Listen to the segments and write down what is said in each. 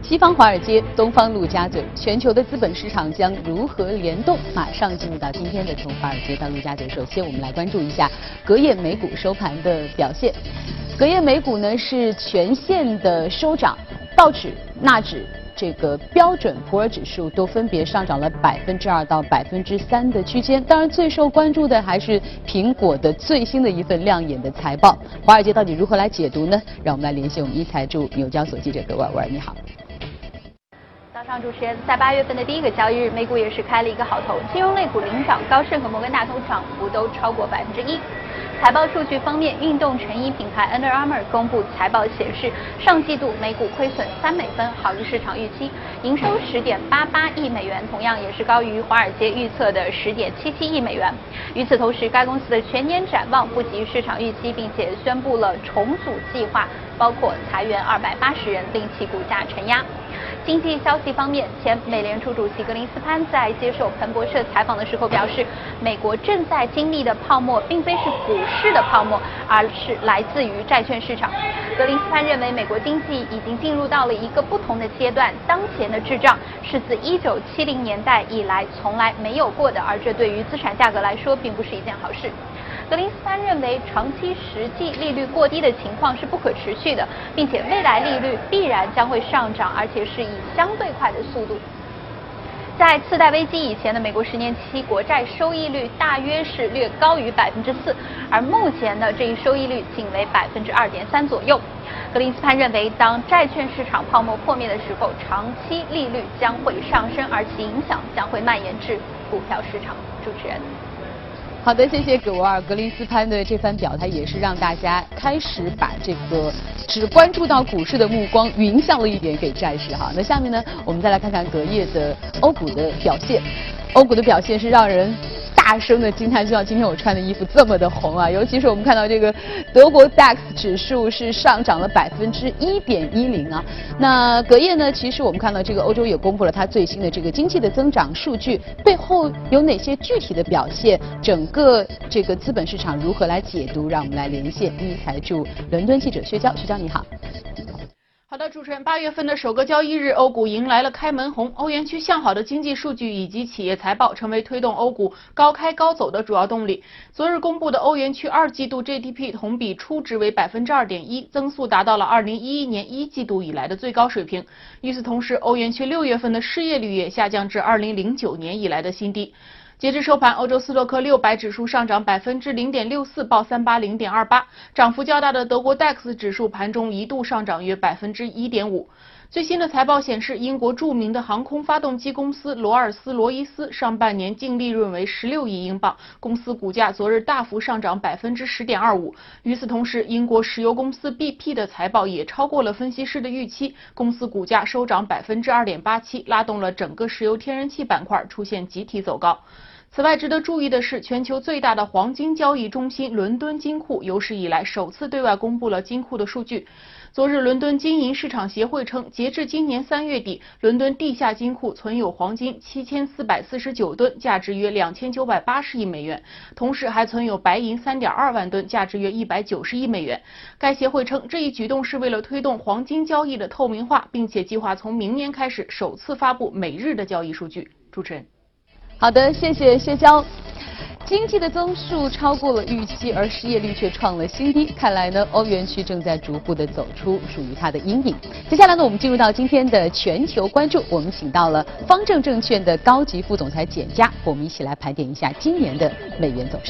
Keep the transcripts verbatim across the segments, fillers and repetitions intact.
西方华尔街，东方陆家嘴，全球的资本市场将如何联动？马上进入到今天的从华尔街到陆家嘴。首先，我们来关注一下隔夜美股收盘的表现。隔夜美股呢是全线的收涨，道指、纳指。这个标准普尔指数都分别上涨了百分之二到百分之三的区间。当然，最受关注的还是苹果的最新的一份亮眼的财报。华尔街到底如何来解读呢？让我们来连线我们一财驻纽交所记者葛婉婉，你好。 早上，主持人，在八月份的第一个交易日，美股也是开了一个好头，金融类股领涨，高盛和摩根大通涨幅都超过百分之一。财报数据方面，运动成衣品牌 Under Armour 公布财报显示，上季度每股亏损三美分，好于市场预期，营收十点八八亿美元，同样也是高于华尔街预测的十点七七亿美元。与此同时，该公司的全年展望不及市场预期，并且宣布了重组计划，包括裁员二百八十人，令其股价承压。经济消息方面，前美联储主席格林斯潘在接受彭博社采访的时候表示，美国正在经历的泡沫并非是股市的泡沫，而是来自于债券市场。格林斯潘认为，美国经济已经进入到了一个不同的阶段，当前的滞胀是自一九七零年代以来从来没有过的，而这对于资产价格来说并不是一件好事。格林斯潘认为，长期实际利率过低的情况是不可持续的，并且未来利率必然将会上涨，而且是以相对快的速度。在次贷危机以前的美国十年期国债收益率大约是略高于百分之四，而目前的这一收益率仅为百分之二点三左右。格林斯潘认为，当债券市场泡沫破灭的时候，长期利率将会上升，而其影响将会蔓延至股票市场。主持人。 好的，谢谢葛维尔。格林斯潘的这番表态也是让大家开始把这个只关注到股市的目光匀向了一点给债市哈。那下面呢，我们再来看看隔夜的欧股的表现。欧股的表现是让人大声的惊叹，就像今天我穿的衣服这么的红啊！尤其是我们看到这个德国 D A X 指数是上涨了百分之一点一零啊。那隔夜呢，其实我们看到这个欧洲也公布了它最新的这个经济的增长数据，背后有哪些具体的表现？整个这个资本市场如何来解读？让我们来连线一财驻伦敦记者薛娇，薛娇你好。 好的，主持人，八月份的首个交易日，欧股迎来了开门红。欧元区向好的经济数据以及企业财报成为推动欧股高开高走的主要动力。昨日公布的欧元区二季度 G D P 同比初值为百分之二点一，增速达到了二零一一年一季度以来的最高水平。与此同时，欧元区六月份的失业率也下降至二零零九年以来的新低。截至收盘，欧洲斯托克六百指数上涨百分之零点六四，报三八零点二八。涨幅较大的德国 D A X 指数盘中一度上涨约百分之一点五。最新的财报显示，英国著名的航空发动机公司罗尔斯罗伊斯上半年净利润为十六亿英镑，公司股价昨日大幅上涨百分之十点二五。与此同时，英国石油公司 B P 的财报也超过了分析师的预期，公司股价收涨百分之二点八七，拉动了整个石油天然气板块出现集体走高。此外，值得注意的是，全球最大的黄金交易中心伦敦金库有史以来首次对外公布了金库的数据。昨日，伦敦金银市场协会称，截至今年三月底，伦敦地下金库存有黄金七千四百四十九吨，价值约两千九百八十亿美元，同时还存有白银三点二万吨，价值约一百九十亿美元。该协会称，这一举动是为了推动黄金交易的透明化，并且计划从明年开始首次发布每日的交易数据。主持人。 好的，谢谢薛娇。经济的增速超过了预期，而失业率却创了新低。看来呢，欧元区正在逐步的走出属于它的阴影。接下来呢，我们进入到今天的全球关注，我们请到了方正证券的高级副总裁简佳，我们一起来盘点一下今年的美元走势。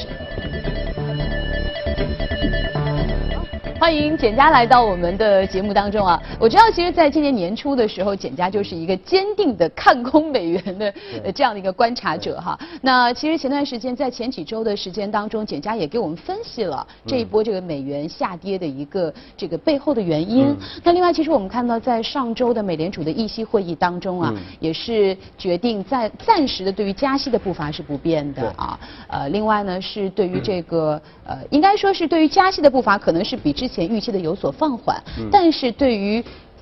欢迎简佳来到我们的节目当中啊！我知道，其实，在今年年初的时候，简佳就是一个坚定的看空美元的呃这样的一个观察者哈。那其实前段时间，在前几周的时间当中，简佳也给我们分析了这一波这个美元下跌的一个这个背后的原因。嗯、那另外，其实我们看到，在上周的美联储的议息会议当中啊，嗯、也是决定在暂时的对于加息的步伐是不变的啊。呃，另外呢，是对于这个呃，应该说是对于加息的步伐，可能是比之前预期的有所放缓，嗯、但是对于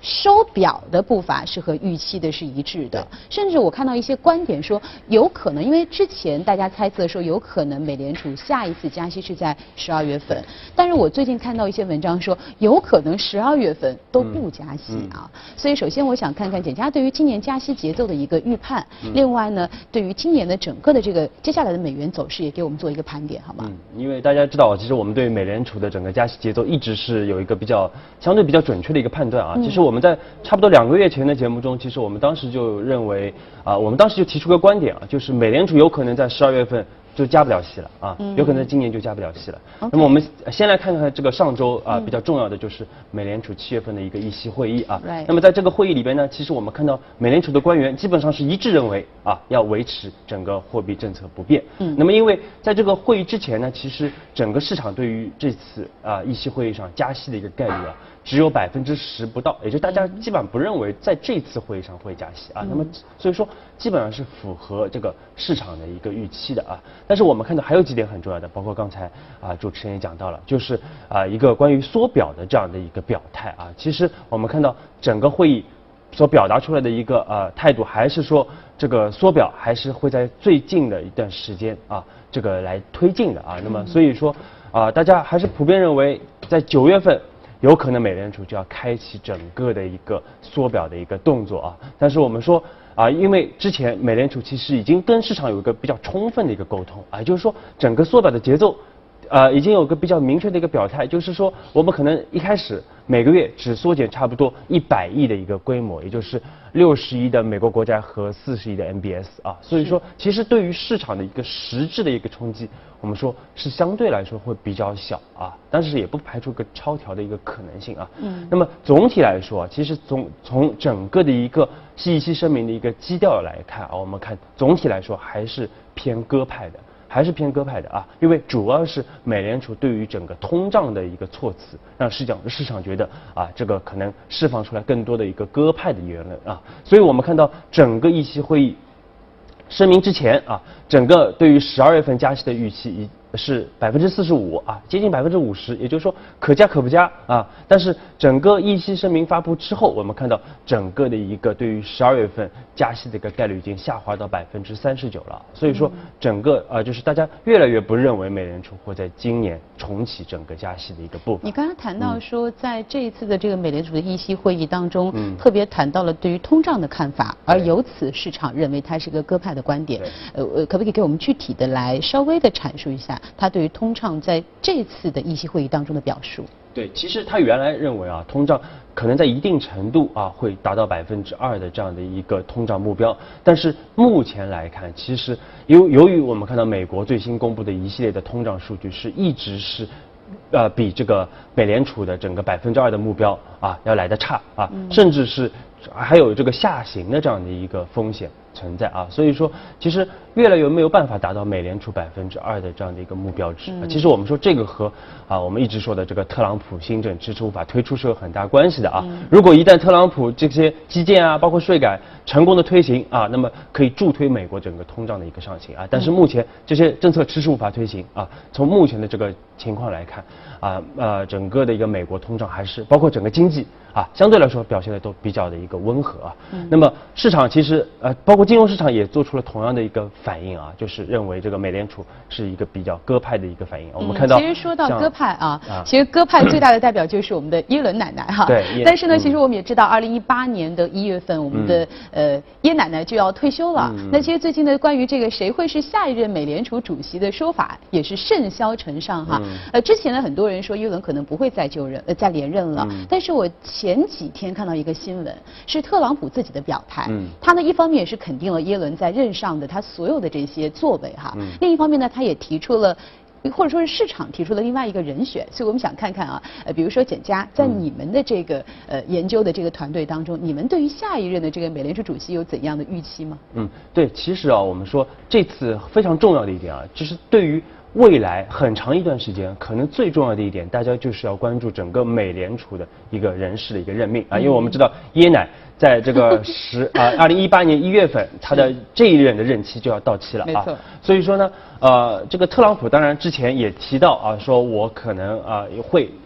收表的步伐是和预期的是一致的，甚至我看到一些观点说，有可能因为之前大家猜测说有可能美联储下一次加息是在十二月份，但是我最近看到一些文章说，有可能十二月份都不加息啊。嗯嗯、所以首先我想看看简家对于今年加息节奏的一个预判，嗯、另外呢，对于今年的整个的这个接下来的美元走势也给我们做一个盘点，好吗？ 嗯，因为大家知道，其实我们对美联储的整个加息节奏一直是有一个比较相对比较准确的一个判断啊。嗯、其实我们在差不多两个月前的节目中，其实我们当时就认为啊，我们当时就提出个观点啊，就是美联储有可能在十二月份就加不了息了啊，嗯、有可能今年就加不了息了。Okay. 那么我们先来看看这个上周啊、嗯、比较重要的就是美联储七月份的一个议息会议啊。Right. 那么在这个会议里边呢，其实我们看到美联储的官员基本上是一致认为啊要维持整个货币政策不变。嗯。那么因为在这个会议之前呢，其实整个市场对于这次啊议息会议上加息的一个概率啊只有百分之十不到，也就是大家基本上不认为在这次会议上会加息啊。嗯、那么所以说基本上是符合这个市场的一个预期的啊。但是我们看到还有几点很重要的，包括刚才啊主持人也讲到了，就是啊一个关于缩表的这样的一个表态啊。其实我们看到整个会议所表达出来的一个呃态度，还是说这个缩表还是会在最近的一段时间啊这个来推进的啊。那么所以说啊大家还是普遍认为在九月份有可能美联储就要开启整个的一个缩表的一个动作啊。但是我们说啊，因为之前美联储其实已经跟市场有一个比较充分的一个沟通啊，就是说整个缩表的节奏，呃，已经有个比较明确的一个表态，就是说我们可能一开始每个月只缩减差不多一百亿的一个规模，也就是六十亿的美国国债和四十亿的 M B S 啊，所以说其实对于市场的一个实质的一个冲击，我们说是相对来说会比较小啊，但是也不排除个超调的一个可能性啊。嗯。那么总体来说啊，其实从从整个的一个议息声明的一个基调来看啊，我们看总体来说还是偏鸽派的。还是偏鸽派的啊，因为主要是美联储对于整个通胀的一个措辞，让市场市场觉得啊，这个可能释放出来更多的一个鸽派的言论啊，所以我们看到整个议息会议声明之前啊，整个对于十二月份加息的预期是百分之四十五啊，接近百分之五十，也就是说可加可不加啊。但是整个议息声明发布之后，我们看到整个的一个对于十二月份加息的一个概率已经下滑到百分之三十九了。所以说整个呃就是大家越来越不认为美联储会在今年重启整个加息的一个步伐。 你刚刚谈到说，在这一次的这个美联储的议息会议当中，嗯、特别谈到了对于通胀的看法，而由此市场认为它是个鸽派的观点。呃呃，可不可以给我们具体的来稍微的阐述一下？他对于通胀在这次的议息会议当中的表述？ 对，其实他原来认为啊，通胀可能在一定程度啊会达到百分之二的这样的一个通胀目标，但是目前来看，其实由由于我们看到美国最新公布的一系列的通胀数据是一直是。呃，比这个美联储的整个百分之二的目标啊要来得差啊，嗯、甚至是还有这个下行的这样的一个风险存在啊，所以说其实越来越没有办法达到美联储百分之二的这样的一个目标值。嗯、其实我们说这个和啊我们一直说的这个特朗普新政支持无法推出是有很大关系的啊。嗯、如果一旦特朗普这些基建啊，包括税改成功的推行啊，那么可以助推美国整个通胀的一个上行啊。但是目前这些政策迟迟无法推行啊，从目前的这个情况来看啊呃整个的一个美国通胀还是包括整个经济啊相对来说表现的都比较的一个温和啊。嗯、那么市场其实呃包括金融市场也做出了同样的一个反应啊，就是认为这个美联储是一个比较鸽派的一个反应。我们看到， 其实说到鸽派啊，啊其实鸽派最大的代表就是我们的耶伦奶奶哈。 对。 但是呢，嗯、其实我们也知道，二零一八年的一月份，我们的、嗯、呃耶奶奶就要退休了。嗯、那其实最近呢，关于这个谁会是下一任美联储主席的说法，也是甚嚣尘上哈。嗯、呃，之前呢，很多人说耶伦可能不会再就任呃再连任了，嗯、但是我前几天看到一个新闻，是特朗普自己的表态。嗯、他呢一方面也是肯定了耶伦在任上的他所有的这些作为哈，嗯、另一方面呢，他也提出了。或者说是市场提出了另外一个人选，所以我们想看看啊，呃，比如说简家在你们的这个呃研究的这个团队当中，你们对于下一任的这个美联储主席有怎样的预期吗？ 嗯，对，其实啊，我们说这次非常重要的一点啊，就是对于未来很长一段时间，可能最重要的一点，大家就是要关注整个美联储的一个人事的一个任命啊，因为我们知道耶奶在这个十啊二零一八年一月份，他的这一任的任期就要到期了啊， 没错。 所以说呢，呃，这个特朗普当然之前也提到啊，说我可能啊会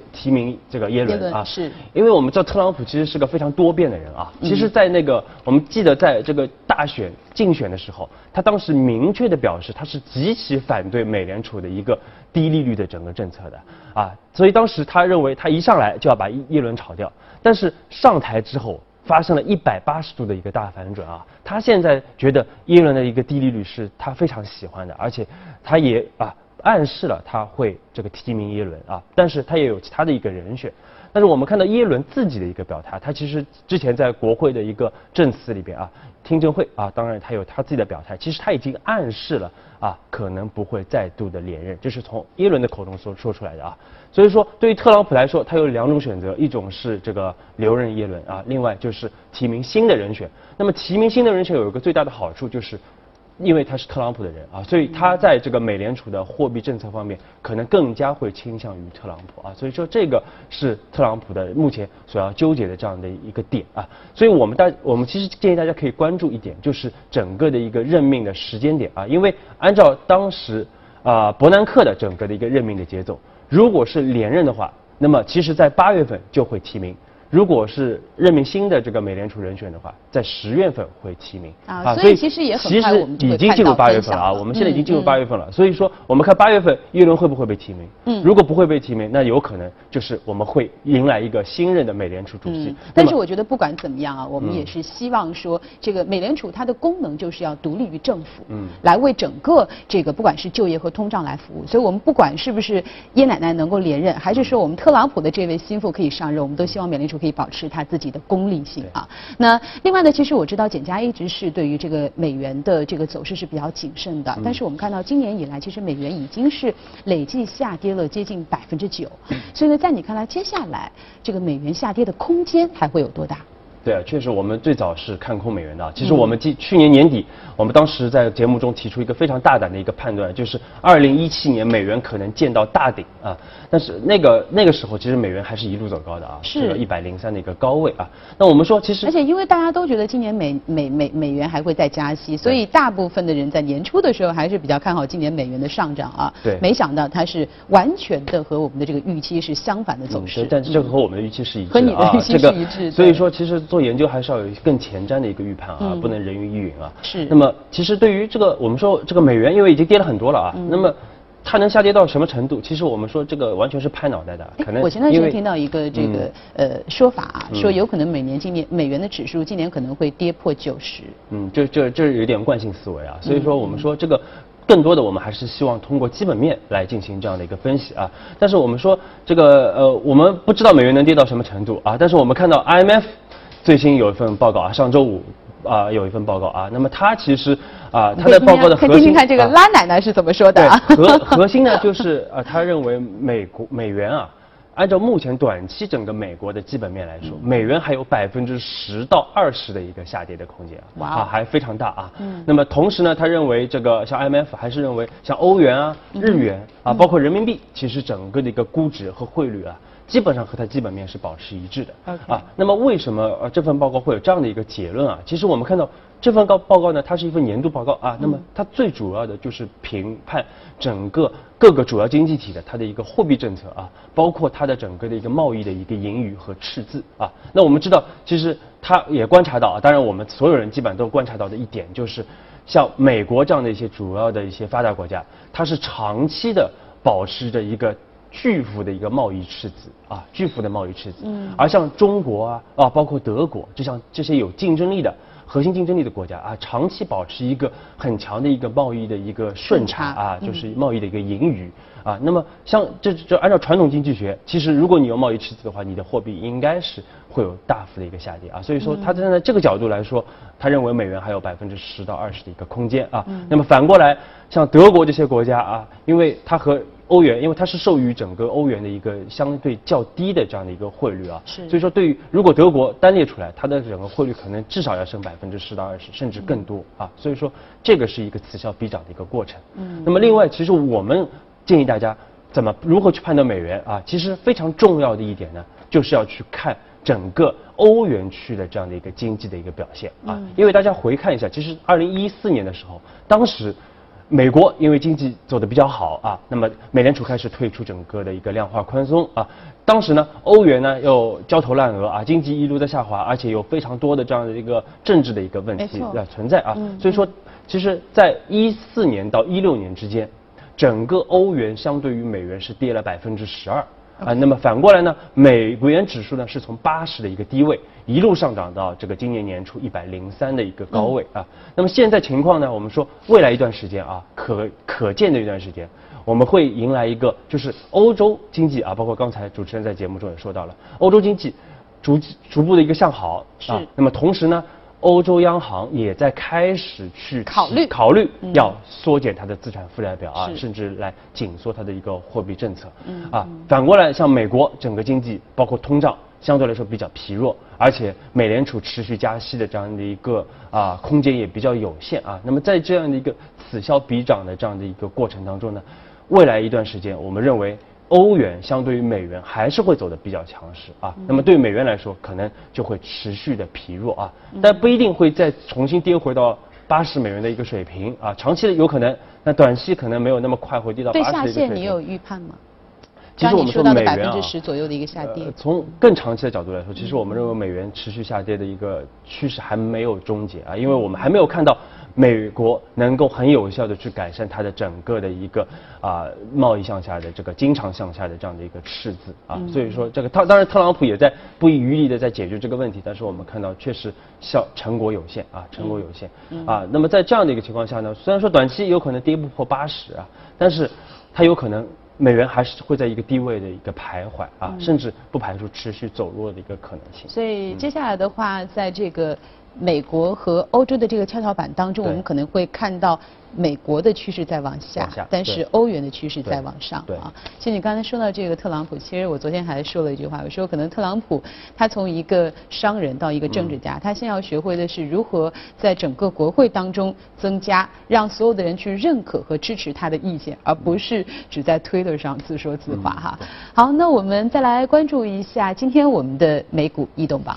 提名这个耶伦啊， 是， 因为我们知道特朗普其实是个非常多变的人啊。其实，在那个我们记得在这个大选竞选的时候，他当时明确的表示他是极其反对美联储的一个低利率的整个政策的啊，所以当时他认为他一上来就要把耶伦炒掉，但是上台之后发生了一百八十度的一个大反转啊，他现在觉得耶伦的一个低利率是他非常喜欢的，而且他也啊。暗示了他会这个提名耶伦啊，但是他也有其他的一个人选。但是我们看到耶伦自己的一个表态，他其实之前在国会的一个证词里边啊，听证会啊，当然他有他自己的表态，其实他已经暗示了啊，可能不会再度的连任，这是从耶伦的口中说说出来的啊。所以说，对于特朗普来说，他有两种选择，一种是这个留任耶伦啊，另外就是提名新的人选。那么提名新的人选有一个最大的好处就是。因为他是特朗普的人啊，所以他在这个美联储的货币政策方面可能更加会倾向于特朗普啊，所以说这个是特朗普的目前所要纠结的这样的一个点啊，所以我们大我们其实建议大家可以关注一点，就是整个的一个任命的时间点啊，因为按照当时啊伯南克的整个的一个任命的节奏，如果是连任的话，那么其实在八月份就会提名。如果是任命新的这个美联储人选的话，在十月份会提名啊，所以其实也很快我们就会看到分晓了。 已经进入八月份了啊，我们现在已经进入八月份了，嗯、所以说我们看八月份耶伦会不会被提名？嗯，如果不会被提名，那有可能就是我们会迎来一个新任的美联储主席。 嗯、但是我觉得不管怎么样啊，我们也是希望说，这个美联储它的功能就是要独立于政府，嗯，来为整个这个不管是就业和通胀来服务。所以我们不管是不是耶奶奶能够连任，还是说我们特朗普的这位心腹可以上任，我们都希望美联储可以保持它自己的功利性啊。那另外呢，其实我知道简家一直是对于这个美元的这个走势是比较谨慎的，嗯、但是我们看到今年以来，其实美元已经是累计下跌了接近百分之九，所以呢，在你看来，接下来这个美元下跌的空间还会有多大？ 对啊，确实，我们最早是看空美元的。其实我们去去年年底，我们当时在节目中提出一个非常大胆的一个判断，就是二零一七年美元可能见到大顶啊。但是那个那个时候，其实美元还是一路走高的啊， 是一百零三的一个高位啊。那我们说，其实而且因为大家都觉得今年美美美美元还会再加息，所以大部分的人在年初的时候还是比较看好今年美元的上涨啊。 对， 没想到它是完全的和我们的这个预期是相反的走势。 嗯、但是这个和我们的预期是一致的、啊， 和你的预期是一致的。 这个、所以说，其实做研究还是要有更前瞻的一个预判啊，嗯、不能人云亦云啊。 是。 那么，其实对于这个，我们说这个美元因为已经跌了很多了啊，嗯、那么它能下跌到什么程度？其实我们说这个完全是拍脑袋的，可能我前段时间听到一个这个、嗯、呃说法啊，说有可能每年今年美元的指数今年可能会跌破九十。 嗯，这这这有点惯性思维啊，所以说我们说这个。更多的我们还是希望通过基本面来进行这样的一个分析啊，但是我们说这个呃，我们不知道美元能跌到什么程度啊，但是我们看到 I M F 最新有一份报告啊，上周五啊、呃、有一份报告啊，那么它其实啊、呃，它的报告的核心， 听听看这个拉奶奶是怎么说的啊？ 核核心呢就是啊、呃，他认为美国美元啊。按照目前短期整个美国的基本面来说，美元还有百分之十到二十的一个下跌的空间啊， 哇啊还非常大啊。嗯。那么同时呢，他认为这个像 I M F 还是认为像欧元啊、日元啊，包括人民币，其实整个的一个估值和汇率啊，基本上和它基本面是保持一致的。 Okay. 啊，那么为什么呃这份报告会有这样的一个结论啊？其实我们看到这份报报告呢，它是一份年度报告啊，那么它最主要的就是评判整个各个主要经济体的它的一个货币政策啊，包括它的整个的一个贸易的一个盈余和赤字啊。那我们知道，其实它也观察到啊，当然我们所有人基本上都观察到的一点就是，像美国这样的一些主要的一些发达国家，它是长期的保持着一个巨幅的一个贸易赤字啊，巨幅的贸易赤字。嗯。而像中国啊啊，包括德国，就像这些有竞争力的。核心竞争力的国家啊，长期保持一个很强的一个贸易的一个顺差啊，就是贸易的一个盈余啊。那么像这这按照传统经济学，其实如果你有贸易赤字的话，你的货币应该是会有大幅的一个下跌啊。所以说，他站在这个角度来说，他认为美元还有百分之十到二十的一个空间啊。那么反过来，像德国这些国家啊，因为它和欧元，因为它是受于整个欧元的一个相对较低的这样的一个汇率啊， 是。 所以说，对于如果德国单列出来，它的整个汇率可能至少要升百分之十到二十，甚至更多啊。所以说，这个是一个此消彼长的一个过程。嗯。那么另外，其实我们建议大家怎么如何去判断美元啊？其实非常重要的一点呢，就是要去看整个欧元区的这样的一个经济的一个表现啊。嗯、因为大家回看一下，其实二零一四年的时候，当时。 美国因为经济走得比较好啊，那么美联储开始退出整个的一个量化宽松啊。当时呢，欧元呢又焦头烂额啊，经济一路在下滑，而且有非常多的这样的一个政治的一个问题在存在啊。嗯、所以说，其实，在一四年到一六年之间，整个欧元相对于美元是跌了百分之十二。啊，那么反过来呢，美元指数呢是从八十的一个低位一路上涨到这个今年年初一百零三的一个高位啊。那么现在情况呢，我们说未来一段时间啊，可可见的一段时间，我们会迎来一个就是欧洲经济啊，包括刚才主持人在节目中也说到了，欧洲经济逐逐步的一个向好啊。那么同时呢，欧洲央行也在开始去考虑考虑要缩减它的资产负债表啊，甚至来紧缩它的一个货币政策。嗯啊，反过来，像美国整个经济包括通胀相对来说比较疲弱，而且美联储持续加息的这样的一个啊空间也比较有限啊。那么在这样的一个此消彼长的这样的一个过程当中呢，未来一段时间，我们认为欧元相对于美元还是会走得比较强势啊，那么对美元来说，可能就会持续的疲弱啊，但不一定会再重新跌回到八十美元的一个水平啊，长期的有可能，那短期可能没有那么快会跌到八十的一个水平。 对下限你有预判吗？ 其实我们说美元啊， 百分之十左右的一个下跌、 呃。从更长期的角度来说，其实我们认为美元持续下跌的一个趋势还没有终结啊，因为我们还没有看到美国能够很有效的去改善它的整个的一个啊、呃、贸易向下的这个经常向下的这样的一个赤字啊，嗯、所以说这个特当然特朗普也在不遗余力的在解决这个问题，但是我们看到确实效成果有限啊，成果有限、嗯、啊。那么在这样的一个情况下呢，虽然说短期有可能跌不破八十啊，但是它有可能。美元还是会在一个低位的一个徘徊啊，嗯、甚至不排除持续走弱的一个可能性。 所以接下来的话，在这个美国和欧洲的这个跷跷板当中，我们可能会看到美国的趋势在往下， 往下但是欧元的趋势在往上啊。其实你刚才说到这个特朗普，其实我昨天还说了一句话，我说可能特朗普他从一个商人到一个政治家，嗯、他先要学会的是如何在整个国会当中增加让所有的人去认可和支持他的意见，而不是只在推特上自说自话哈。嗯、好，那我们再来关注一下今天我们的美股异动榜。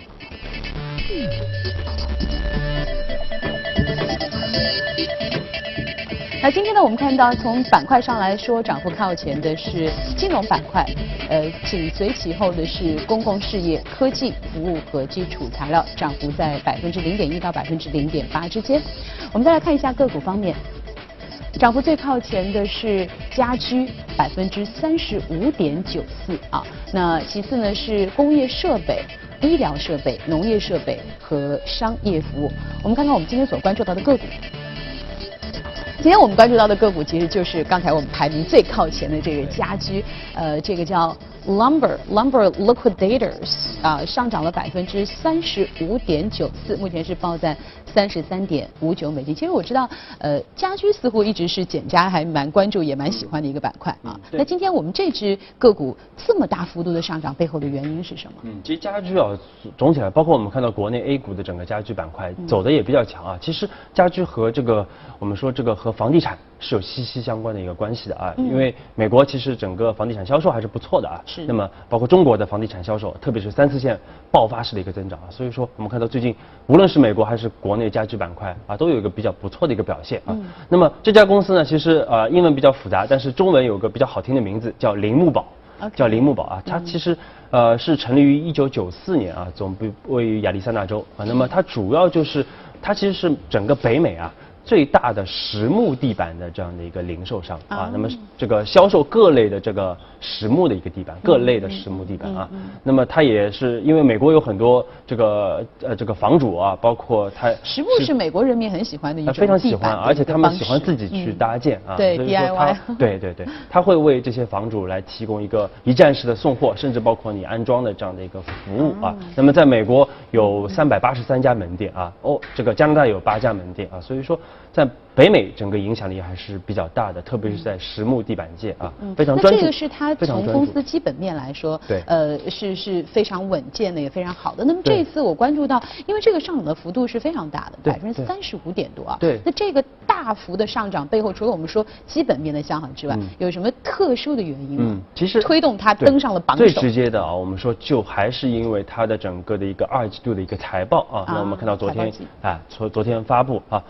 那今天呢，我们看到从板块上来说，涨幅靠前的是金融板块，呃，紧随其后的是公共事业、科技、服务和基础材料，涨幅在百分之零点一到百分之零点八之间。我们再来看一下个股方面，涨幅最靠前的是家居，百分之三十五点九四啊。那其次呢是工业设备、医疗设备、农业设备和商业服务。我们看看我们今天所关注到的个股。今天我们关注到的个股其实就是刚才我们排名最靠前的这个家居，呃，这个叫 Lumber Lumber Liquidators 啊，上涨了百分之三十五点九四，目前是报在三十三点五九美金。其实我知道，呃，家居似乎一直是简家还蛮关注也蛮喜欢的一个板块啊。嗯、那今天我们这只个股这么大幅度的上涨背后的原因是什么？ 嗯，其实家居啊，总体来，包括我们看到国内 A 股的整个家居板块走的也比较强啊。嗯、其实家居和这个我们说这个和房地产是有息息相关的一个关系的啊，嗯、因为美国其实整个房地产销售还是不错的啊。 是。 那么包括中国的房地产销售，特别是三四线爆发式的一个增长啊，所以说我们看到最近无论是美国还是国内家居板块啊，都有一个比较不错的一个表现啊。嗯、那么这家公司呢，其实呃英文比较复杂，但是中文有个比较好听的名字叫铃木宝， okay, 叫铃木宝啊。它其实呃是成立于一九九四年啊，总部位于亚利桑那州啊。那么它主要就是它其实是整个北美啊最大的实木地板的这样的一个零售商啊，啊那么这个销售各类的这个实木的一个地板，各类的实木地板啊，嗯嗯嗯、那么它也是因为美国有很多这个呃这个房主啊，包括它实木是美国人民很喜欢的一种地板，非常喜欢，而且他们喜欢自己去搭建啊， 嗯、对 D I Y， 对对对，他会为这些房主来提供一个一站式的送货，甚至包括你安装的这样的一个服务啊。嗯、那么在美国有三百八十三家门店啊，哦，这个加拿大有八家门店啊，所以说在北美整个影响力还是比较大的，特别是在实木地板界啊，嗯、非常专注。 那这个是它从公司基本面来说， 对， 呃，是是非常稳健的，也非常好的。那么这一次我关注到，因为这个上涨的幅度是非常大的，百分之三十五点多啊。 对。 那这个大幅的上涨背后，除了我们说基本面的向好之外，嗯、有什么特殊的原因吗？ 嗯，其实推动它登上了榜首。 最直接的啊，我们说就还是因为它的整个的一个二季度的一个财报啊。啊那我们看到昨天啊，昨昨天发布啊，那么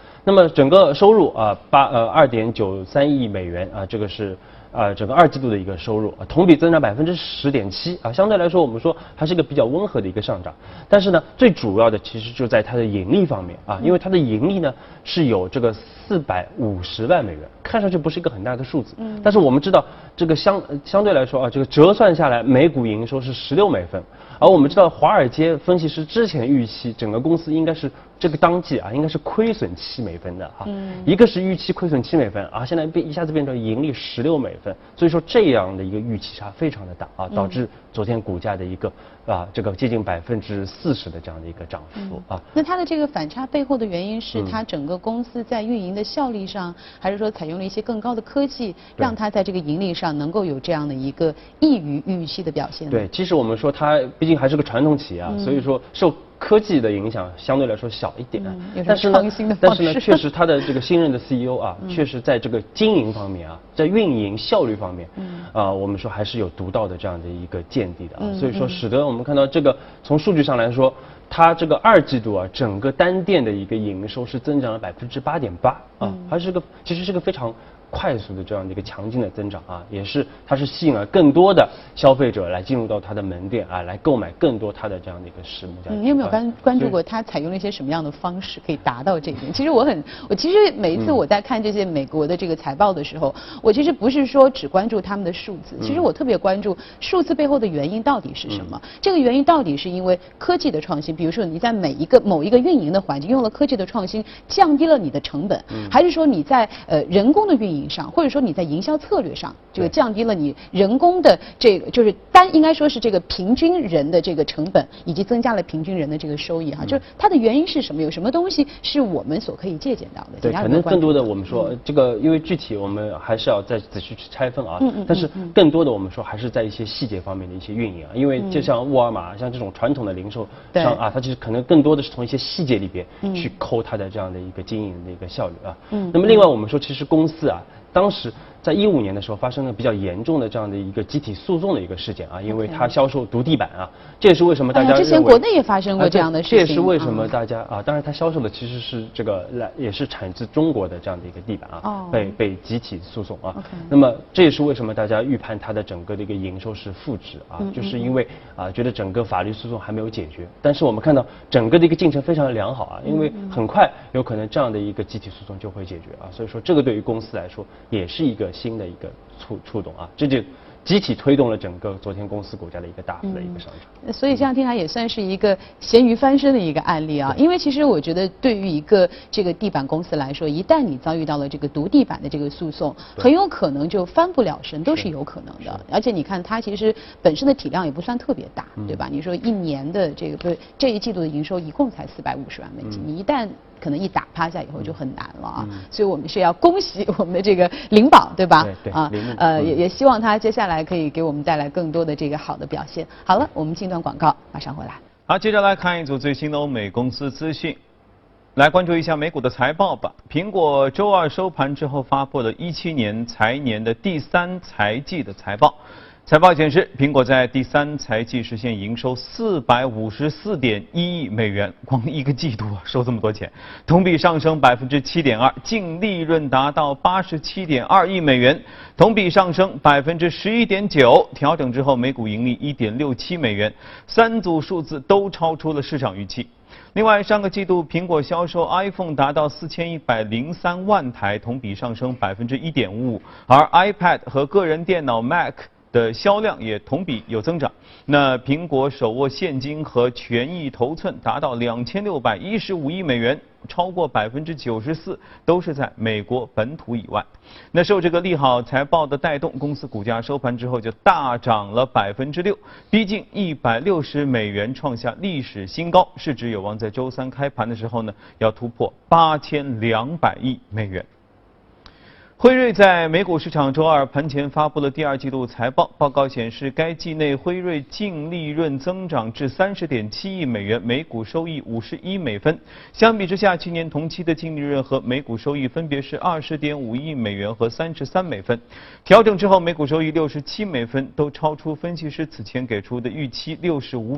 整个收入啊，八呃二点九三亿美元啊，这个是。啊，整个二季度的一个收入啊，同比增长百分之十点七啊，相对来说我们说还是一个比较温和的一个上涨。但是呢，最主要的其实就在它的盈利方面啊，因为它的盈利呢是有这个四百五十万美元，看上去不是一个很大的数字，嗯，但是我们知道这个相相对来说啊，这个折算下来每股营收是十六美分，而我们知道华尔街分析师之前预期整个公司应该是这个当季啊应该是亏损七美分的啊，嗯，一个是预期亏损七美分啊，现在变一下子变成盈利十六美分。所以说这样的一个预期差非常的大啊，导致昨天股价的一个啊这个接近百分之四十的这样的一个涨幅啊。 那它的这个反差背后的原因是它整个公司在运营的效率上，还是说采用了一些更高的科技，让它在这个盈利上能够有这样的一个异于预期的表现？ 对，其实我们说它毕竟还是个传统企业啊，所以说受科技的影响相对来说小一点， 嗯、 但是呢，但是呢，确实他的这个新任的 C E O 啊，嗯、确实在这个经营方面啊，在运营效率方面，嗯，啊、呃，我们说还是有独到的这样的一个见地的啊，嗯、所以说使得我们看到这个从数据上来说，它这个二季度啊，整个单店的一个营收是增长了百分之八点八啊，还是个其实是个非常快速的这样的一个强劲的增长啊，也是它是吸引了更多的消费者来进入到它的门店啊，来购买更多它的这样的一个实物价值。 嗯，你有没有关关注过它采用了一些什么样的方式可以达到这一点？其实我很，我其实每一次我在看这些美国的这个财报的时候，嗯、我其实不是说只关注他们的数字，其实我特别关注数字背后的原因到底是什么？嗯、这个原因到底是因为科技的创新，比如说你在每一个某一个运营的环境用了科技的创新，降低了你的成本，嗯、还是说你在呃人工的运营上，或者说你在营销策略上，这个降低了你人工的这个就是单应该说是这个平均人的这个成本，以及增加了平均人的这个收益哈，嗯、就是它的原因是什么？有什么东西是我们所可以借鉴到的？ 对，可能更多的我们说、嗯、这个，因为具体我们还是要再仔细去拆分啊。嗯嗯。但是更多的我们说还是在一些细节方面的一些运营啊，因为就像沃尔玛像这种传统的零售商啊，它其实可能更多的是从一些细节里边去抠它的这样的一个经营的一个效率啊。嗯。那么另外我们说，其实公司啊，当时在一五年的时候发生了比较严重的这样的一个集体诉讼的一个事件啊，因为它销售毒地板啊，这也是为什么大家认为、 哎、之前国内也发生过这样的事情， 这也是为什么大家啊，当然它销售的其实是这个来也是产自中国的这样的一个地板啊，哦、被被集体诉讼啊。Okay. 那么这也是为什么大家预判它的整个的一个营收是负值啊，嗯、就是因为啊觉得整个法律诉讼还没有解决，但是我们看到整个的一个进程非常的良好啊，因为很快有可能这样的一个集体诉讼就会解决啊，所以说这个对于公司来说也是一个新的一个触触动啊，这就集体推动了整个昨天公司股价的一个大幅的一个上涨。 嗯、所以这样听来也算是一个咸鱼翻身的一个案例啊。因为其实我觉得对于一个这个地板公司来说，一旦你遭遇到了这个毒地板的这个诉讼，很有可能就翻不了身，都是有可能的。而且你看它其实本身的体量也不算特别大，对吧？你说一年的这个不是这一季度的营收一共才四百五十万美金，嗯、你一旦可能一打趴下以后就很难了啊，嗯、所以我们是要恭喜我们的这个灵宝，对吧？ 对对啊，呃，也也希望他接下来可以给我们带来更多的这个好的表现。好了，我们进段广告，马上回来。 好，接着来看一组最新的欧美公司资讯，来关注一下美股的财报吧。苹果周二收盘之后发布了一七年财年的第三财季的财报。财报显示，苹果在第三财季实现营收四百五十四点一亿美元，光一个季度啊收这么多钱，同比上升百分之七点二，净利润达到八十七点二亿美元，同比上升百分之十一点九，调整之后每股盈利一点六七美元，三组数字都超出了市场预期。另外，上个季度苹果销售 iPhone 达到四千一百零三万台，同比上升百分之一点五五，而 iPad 和个人电脑 Mac的销量也同比有增长。那苹果手握现金和权益头寸达到两千六百一十五亿美元，超过百分之九十四都是在美国本土以外。那受这个利好财报的带动，公司股价收盘之后就大涨了百分之六，逼近一百六十美元，创下历史新高，市值有望在周三开盘的时候呢，要突破八千两百亿美元。辉瑞在美股市场周二盘前发布了第二季度财报，报告显示，该季内辉瑞净利润增长至三十点七亿美元，每股收益五十一美分。相比之下，去年同期的净利润和每股收益分别是二十点五亿美元和三十三美分。调整之后，每股收益六十七美分，都超出分析师此前给出的预期六十五美分。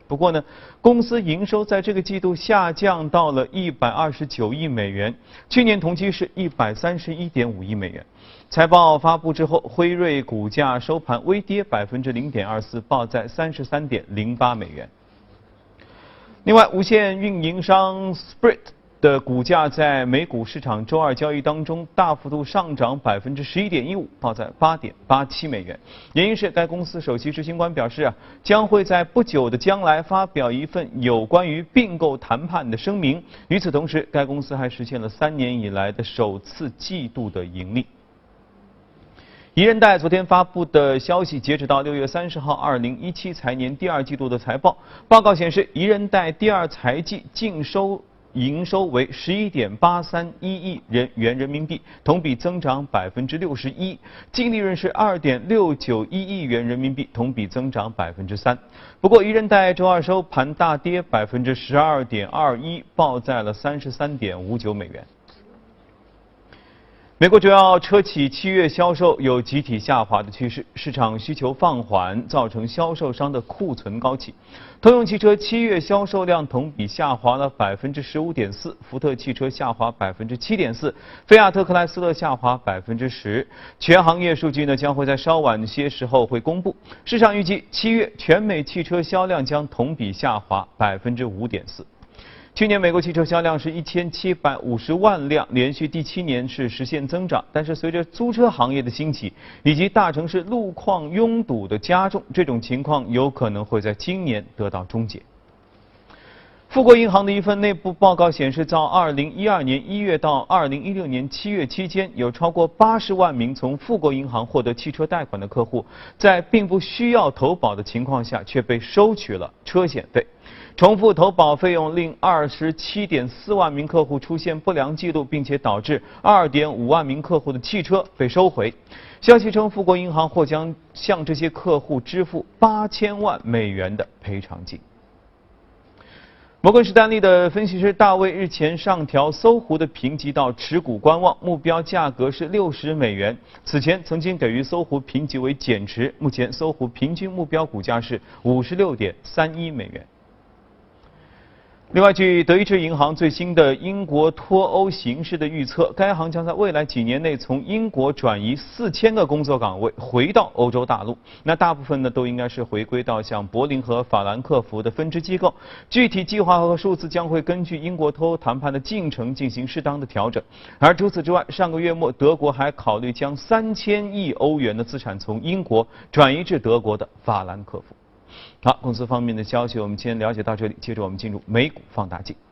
不过呢，公司营收在这个季度下降到了一百二十九亿美元，去年同期是一百三十一点五亿美元。财报发布之后，辉瑞股价收盘微跌百分之零点二四，报在三十三点零八美元。另外，无线运营商 Sprint 的股价在美股市场周二交易当中大幅度上涨百分之十一点一五，报在八点八七美元。原因是该公司首席执行官表示啊，将会在不久的将来发表一份有关于并购谈判的声明。与此同时，该公司还实现了三年以来的首次季度的盈利。宜人贷昨天发布的消息，截止到六月三十号，二零一七财年第二季度的财报报告显示，宜人贷第二财季净收营收为十一点八三一亿人元人民币，同比增长百分之六十一；净利润是二点六九一亿元人民币，同比增长百分之三。不过，宜人贷周二收盘大跌百分之十二点二一，报在了三十三点五九美元。美国主要车企七月销售有集体下滑的趋势，市场需求放缓，造成销售商的库存高企。通用汽车七月销售量同比下滑了百分之十五点四，福特汽车下滑百分之七点四，菲亚特克莱斯勒下滑百分之十。全行业数据呢将会在稍晚些时候会公布。市场预计七月全美汽车销量将同比下滑百分之五点四。去年美国汽车销量是一千七百五十万辆，连续第七年是实现增长。但是随着租车行业的兴起，以及大城市路况拥堵的加重，这种情况有可能会在今年得到终结。富国银行的一份内部报告显示，到二零一二年一月到二零一六年七月期间，有超过八十万名从富国银行获得汽车贷款的客户，在并不需要投保的情况下，却被收取了车险费。重复投保费用令二十七点四万名客户出现不良记录，并且导致二点五万名客户的汽车被收回。消息称，富国银行或将向这些客户支付八千万美元的赔偿金。摩根士丹利的分析师大卫日前上调搜狐的评级到持股观望，目标价格是六十美元。此前曾经给予搜狐评级为减持，目前搜狐平均目标股价是五十六点三一美元。另外，据德意志银行最新的英国脱欧形势的预测，该行将在未来几年内从英国转移四千个工作岗位回到欧洲大陆。那大部分呢都应该是回归到像柏林和法兰克福的分支机构。具体计划和数字将会根据英国脱欧谈判的进程进行适当的调整。而除此之外，上个月末德国还考虑将三千亿欧元的资产从英国转移至德国的法兰克福。好，公司方面的消息我们先了解到这里，接着我们进入美股放大镜。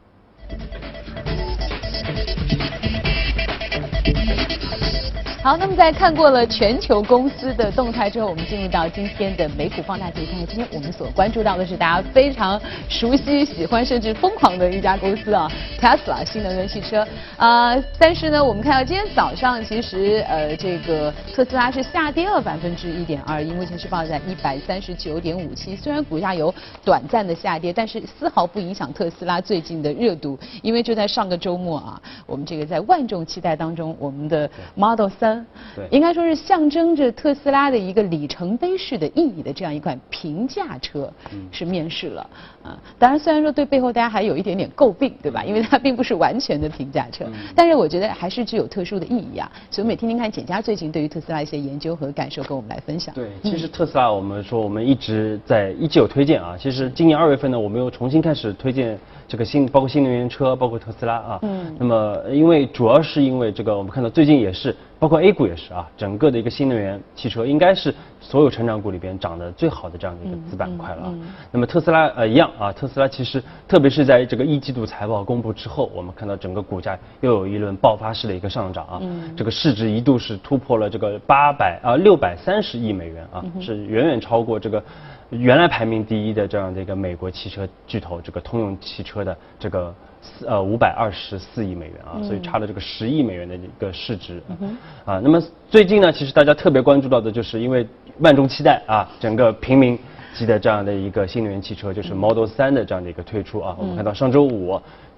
好，那么在看过了全球公司的动态之后，我们进入到今天的美股放大镜。看看今天我们所关注到的是大家非常熟悉、喜欢甚至疯狂的一家公司啊 ，Tesla 新能源汽车。啊、呃，但是呢，我们看到今天早上其实呃这个特斯拉是下跌了百分之一点二一，目前是报在一百三十九点五七。虽然股价有短暂的下跌，但是丝毫不影响特斯拉最近的热度，因为就在上个周末啊，我们这个在万众期待当中，我们的 Model 三。 对， 应该说是象征着特斯拉的一个里程碑式的意义的这样一款平价车，是面世了啊。当然，虽然说对背后大家还有一点点诟病，对吧？因为它并不是完全的平价车，但是我觉得还是具有特殊的意义啊。所以我们也听听看简家最近对于特斯拉一些研究和感受，跟我们来分享。 对，其实特斯拉我们说我们一直在一直有推荐啊。其实今年二月份呢，我们又重新开始推荐这个新，包括新能源车，包括特斯拉啊。嗯。那么因为主要是因为这个，我们看到最近也是。包括 A 股也是啊，整个的一个新能源汽车应该是所有成长股里边涨得最好的这样的一个子板块了啊。嗯嗯嗯、那么特斯拉呃一样啊，特斯拉其实特别是在这个一季度财报公布之后，我们看到整个股价又有一轮爆发式的一个上涨啊，嗯、这个市值一度是突破了这个八百啊六百三十亿美元啊，嗯、是远远超过这个原来排名第一的这样的一个美国汽车巨头这个通用汽车的这个。呃，五百二十四亿美元啊，所以差了这个十亿美元的一个市值、嗯、啊。那么最近呢，其实大家特别关注到的就是因为万众期待啊，整个平民级的这样的一个新能源汽车，就是 Model 三的这样的一个推出啊。嗯、我们看到上周五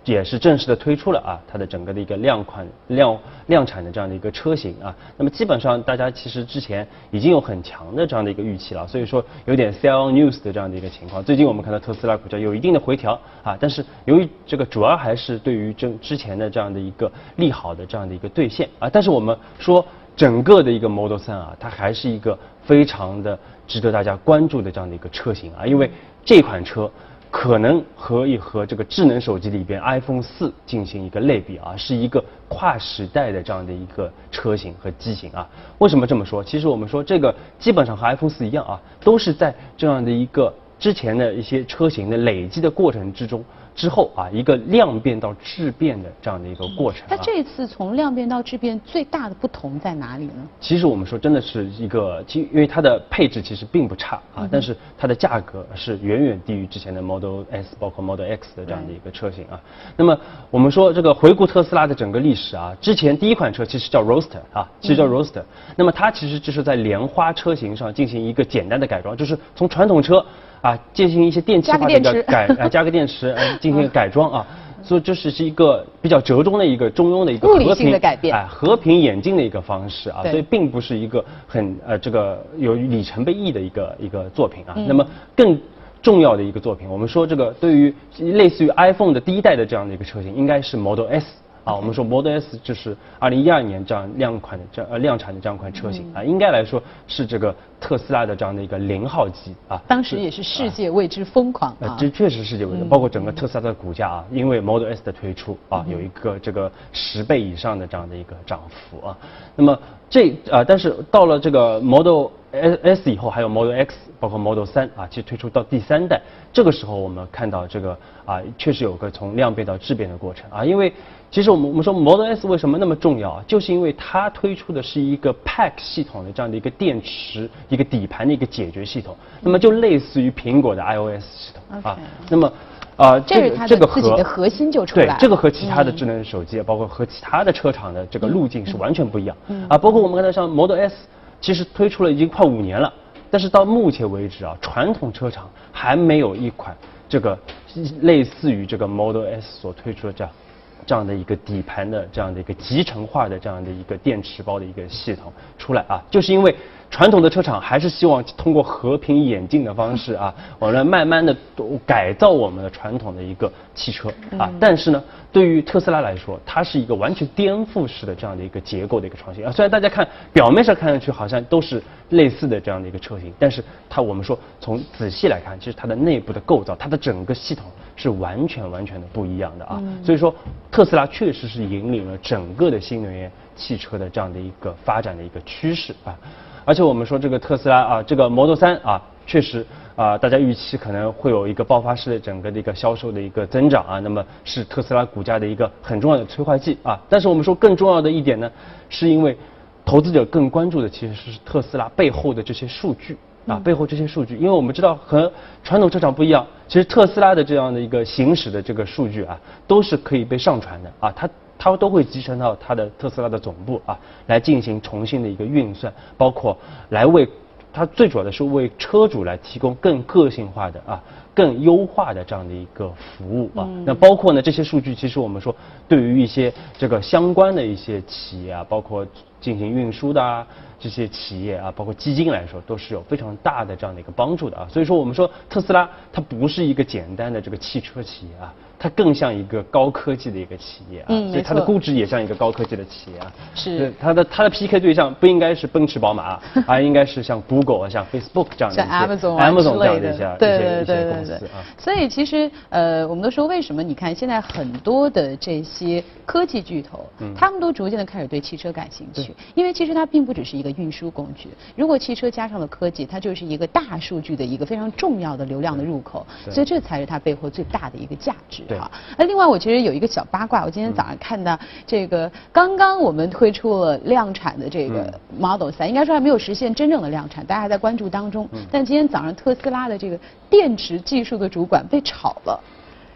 也是正式的推出了啊，它的整个的一个量款量量产的这样的一个车型啊。那么基本上大家其实之前已经有很强的这样的一个预期了，所以说有点 sell on news 的这样的一个情况。最近我们看到特斯拉股价有一定的回调啊，但是由于这个主要还是对于这之前的这样的一个利好的这样的一个兑现啊，但是我们说整个的一个 Model 三啊，它还是一个非常的值得大家关注的这样的一个车型啊，因为这款车可能可以和这个智能手机里边 iPhone 四进行一个类比啊，是一个跨时代的这样的一个车型和机型啊。为什么这么说？其实我们说这个基本上和 iPhone 四一样啊，都是在这样的一个之前的一些车型的累积的过程之中。之后啊，一个量变到质变的这样的一个过程、啊。 它这次从量变到质变最大的不同在哪里呢？ 其实我们说真的是一个，其因为它的配置其实并不差啊，嗯、但是它的价格是远远低于之前的 Model S 包括 Model X 的这样的一个车型啊。那么我们说这个回顾特斯拉的整个历史啊，之前第一款车其实叫 Roadster 啊，其实叫 Roadster、嗯。那么它其实就是在莲花车型上进行一个简单的改装，就是从传统车。啊，进行一些电气化的一个改，啊，加个电池，呃，进行一个改装啊，所以这是是一个比较折中的一个中庸的一个和平的改变， 哎，和平演进的一个方式啊，所以并不是一个很呃这个有里程碑意义的一个一个作品啊。嗯、那么更重要的一个作品，我们说这个对于类似于 iPhone 的第一代的这样的一个车型，应该是 Model S。啊，我们说 Model S 就是二零一二年这样量款的这呃量产的这样一款车型、嗯、啊，应该来说是这个特斯拉的这样的一个零号机啊。 当时也是世界为之疯狂啊。 呃，这确实世界为之，嗯、包括整个特斯拉的股价啊，因为 Model S 的推出啊，有一个这个十倍以上的这样的一个涨幅啊。那么这啊，但是到了这个 Model S 以后，还有 Model X， 包括 Model 三啊，其实推出到第三代，这个时候我们看到这个啊，确实有个从量变到质变的过程啊，因为。其实我们我们说 Model S 为什么那么重要啊？就是因为它推出的是一个 Pack 系统的这样的一个电池一个底盘的一个解决系统，那么就类似于苹果的 iOS 系统、 okay. 啊。那么啊， 这个这个自己的核心就出来了。 对，这个和其他的智能手机，嗯、包括和其他的车厂的这个路径是完全不一样、嗯、啊。包括我们看到像 Model S， 其实推出了已经快五年了，但是到目前为止啊，传统车厂还没有一款这个类似于这个 Model S 所推出的这样。这样的一个底盘的这样的一个集成化的这样的一个电池包的一个系统出来啊，就是因为传统的车厂还是希望通过和平演进的方式啊，我们慢慢的改造我们的传统的一个汽车啊。但是呢，对于特斯拉来说，它是一个完全颠覆式的这样的一个结构的一个创新啊。虽然大家看表面上看上去好像都是类似的这样的一个车型，但是它我们说从仔细来看，其实它的内部的构造，它的整个系统是完全完全的不一样的啊。嗯、所以说，特斯拉确实是引领了整个的新能源汽车的这样的一个发展的一个趋势啊。而且我们说这个特斯拉啊，这个 Model 三啊，确实啊，大家预期可能会有一个爆发式的整个的一个销售的一个增长啊，那么是特斯拉股价的一个很重要的催化剂啊。但是我们说更重要的一点呢，是因为投资者更关注的其实是特斯拉背后的这些数据啊，背后这些数据，因为我们知道和传统车厂不一样，其实特斯拉的这样的一个行驶的这个数据啊，都是可以被上传的啊，它。它都会集成到它的特斯拉的总部啊，来进行重新的一个运算，包括来为它最主要的是为车主来提供更个性化的啊、更优化的这样的一个服务啊。嗯、那包括呢这些数据，其实我们说对于一些这个相关的一些企业啊，包括进行运输的啊这些企业啊，包括基金来说，都是有非常大的这样的一个帮助的啊。所以说我们说特斯拉它不是一个简单的这个汽车企业啊。它更像一个高科技的一个企业啊， 嗯、 所以它的估值也像一个高科技的企业啊。 是它的它的 P K 对象不应该是奔驰、宝马，而应该是像 Google 啊、像 Facebook 这样的一些， 像 Amazon 啊 Amazon 这样的一些对对对对对对。所以其实呃，我们都说为什么你看现在很多的这些科技巨头，嗯、他们都逐渐的开始对汽车感兴趣，因为其实它并不只是一个运输工具，如果汽车加上了科技，它就是一个大数据的一个非常重要的流量的入口，所以这才是它背后最大的一个价值哈。那另外。我其实有一个小八卦，我今天早上看到这个，刚刚我们推出了量产的这个 Model 三，应该说还没有实现真正的量产，大家还在关注当中。但今天早上特斯拉的这个电池技术的主管被炒了。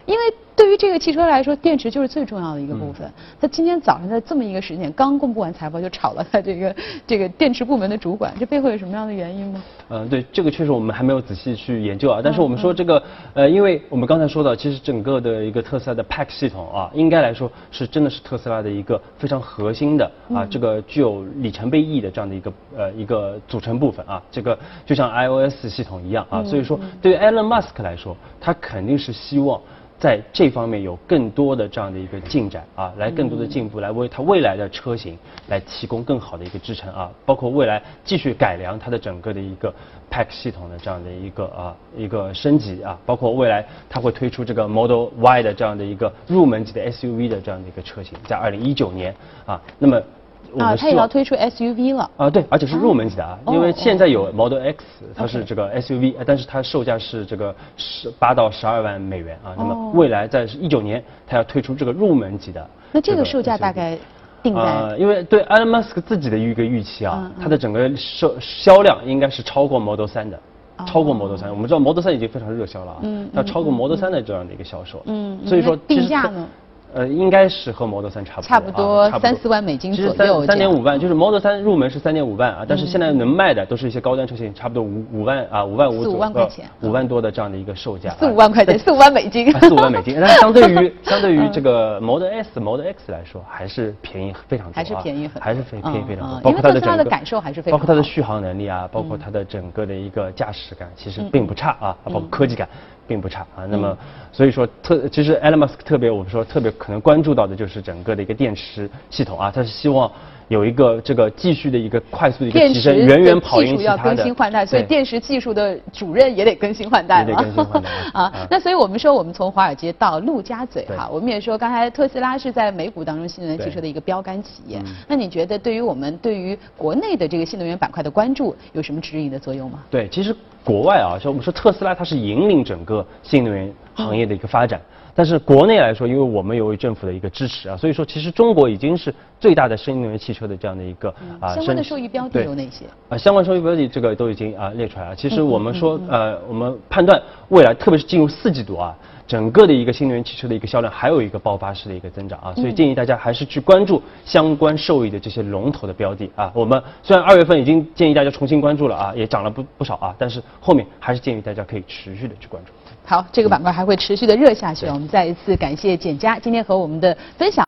因为对于这个汽车来说，电池就是最重要的一个部分。嗯、他今天早上在这么一个时间刚公布完财报，就炒了他这个这个电池部门的主管，这背后有什么样的原因吗？ 嗯、呃，对，这个确实我们还没有仔细去研究啊。但是我们说这个，呃，因为我们刚才说到，其实整个的一个特斯拉的 P A C 系统啊，应该来说是真的是特斯拉的一个非常核心的啊，这个具有里程碑意义的这样的一个呃一个组成部分啊。这个就像 iOS 系统一样啊，所以说对于 Elon Musk 来说，他肯定是希望在这方面有更多的这样的一个进展啊，来更多的进步，来为它未来的车型来提供更好的一个支撑啊，包括未来继续改良它的整个的一个 P A C 系统的这样的一个啊一个升级啊，包括未来它会推出这个 Model Y 的这样的一个入门级的 S U V 的这样的一个车型，在二零一九年啊，那么。 啊，它也要推出 S U V 了啊，对，而且是入门级的啊，因为现在有 Model X， 它是这个 S U V， 但是它售价是这个十八到十二万美元啊。那么未来在一九年，它要推出这个入门级的。 那这个售价大概定在？ 呃，因为对 Elon Musk 自己的一个预期啊，它的整个售销量应该是超过 Model 三的。超过 Model 三，我们知道 Model 三已经非常热销了啊，嗯，它超过 Model 三的这样的一个销售，嗯，所以说定价呢？ 呃，应该是和 Model 三差不多， 差不多三四万美金左右。 其实三点五万，就是 Model 三入门是三点五万啊，但是现在能卖的都是一些高端车型，差不多五五万啊，五万五四五万块钱， 五万多的这样的一个售价。 四五万块钱，四五万美金。 四五万美金，但是相对于相对于这个 Model S、Model X 来说，还是便宜非常多， 还是便宜很多， 还是非便宜非常多。 包括它的整个感受还是非常， 包括它的续航能力啊，包括它的整个的一个驾驶感，其实并不差啊，包括科技感。并不差啊，那么所以说特其实 Elon Musk 特别我们说特别可能关注到的就是整个的一个电池系统啊，他是希望有一个这个继续的一个快速的一个提升，远远跑赢其他的。 电池技术要更新换代，所以电池技术的主任也得更新换代了。 也得更新换代啊。那所以我们说，我们从华尔街到陆家嘴哈，我们也说刚才特斯拉是在美股当中新能源汽车的一个标杆企业。那你觉得对于我们对于国内的这个新能源板块的关注有什么指引的作用吗？ 对，其实国外啊，像我们说特斯拉它是引领整个新能源行业的一个发展。但是国内来说，因为我们由于政府的一个支持啊，所以说其实中国已经是最大的新能源汽车的这样的一个啊。 相关的受益标的有哪些？ 啊，相关收益标的这个都已经啊列出来了。其实我们说呃，我们判断未来，特别是进入四季度啊，整个的一个新能源汽车的一个销量还有一个爆发式的一个增长啊，所以建议大家还是去关注相关受益的这些龙头的标的啊。我们虽然二月份已经建议大家重新关注了啊，也涨了不不少啊，但是后面还是建议大家可以持续的去关注。 好，这个板块还会持续的热下去。我们再一次感谢简佳今天和我们的分享。